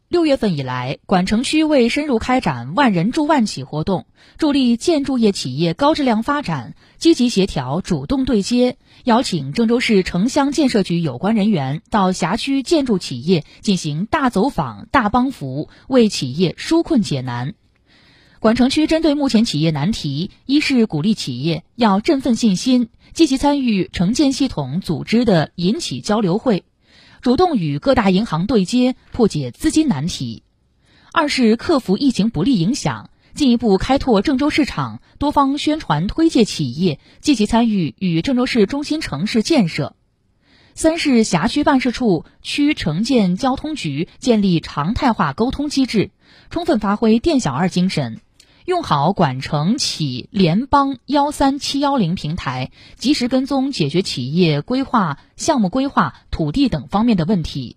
6月份以来，管城区为深入开展万人助万企活动，助力建筑业企业高质量发展，积极协调、主动对接，邀请郑州市城乡建设局有关人员到辖区建筑企业进行大走访、大帮扶，为企业纾困解难。管城区针对目前企业难题，一是鼓励企业要振奋信心，积极参与城建系统组织的银企交流会，主动与各大银行对接，破解资金难题；二是克服疫情不利影响，进一步开拓郑州市场，多方宣传推介企业，积极参与与郑州市中心城市建设；三是辖区办事处、区城建交通局建立常态化沟通机制，充分发挥店小二精神，用好管城企联帮13710平台，及时跟踪解决企业规划、项目规划、土地等方面的问题。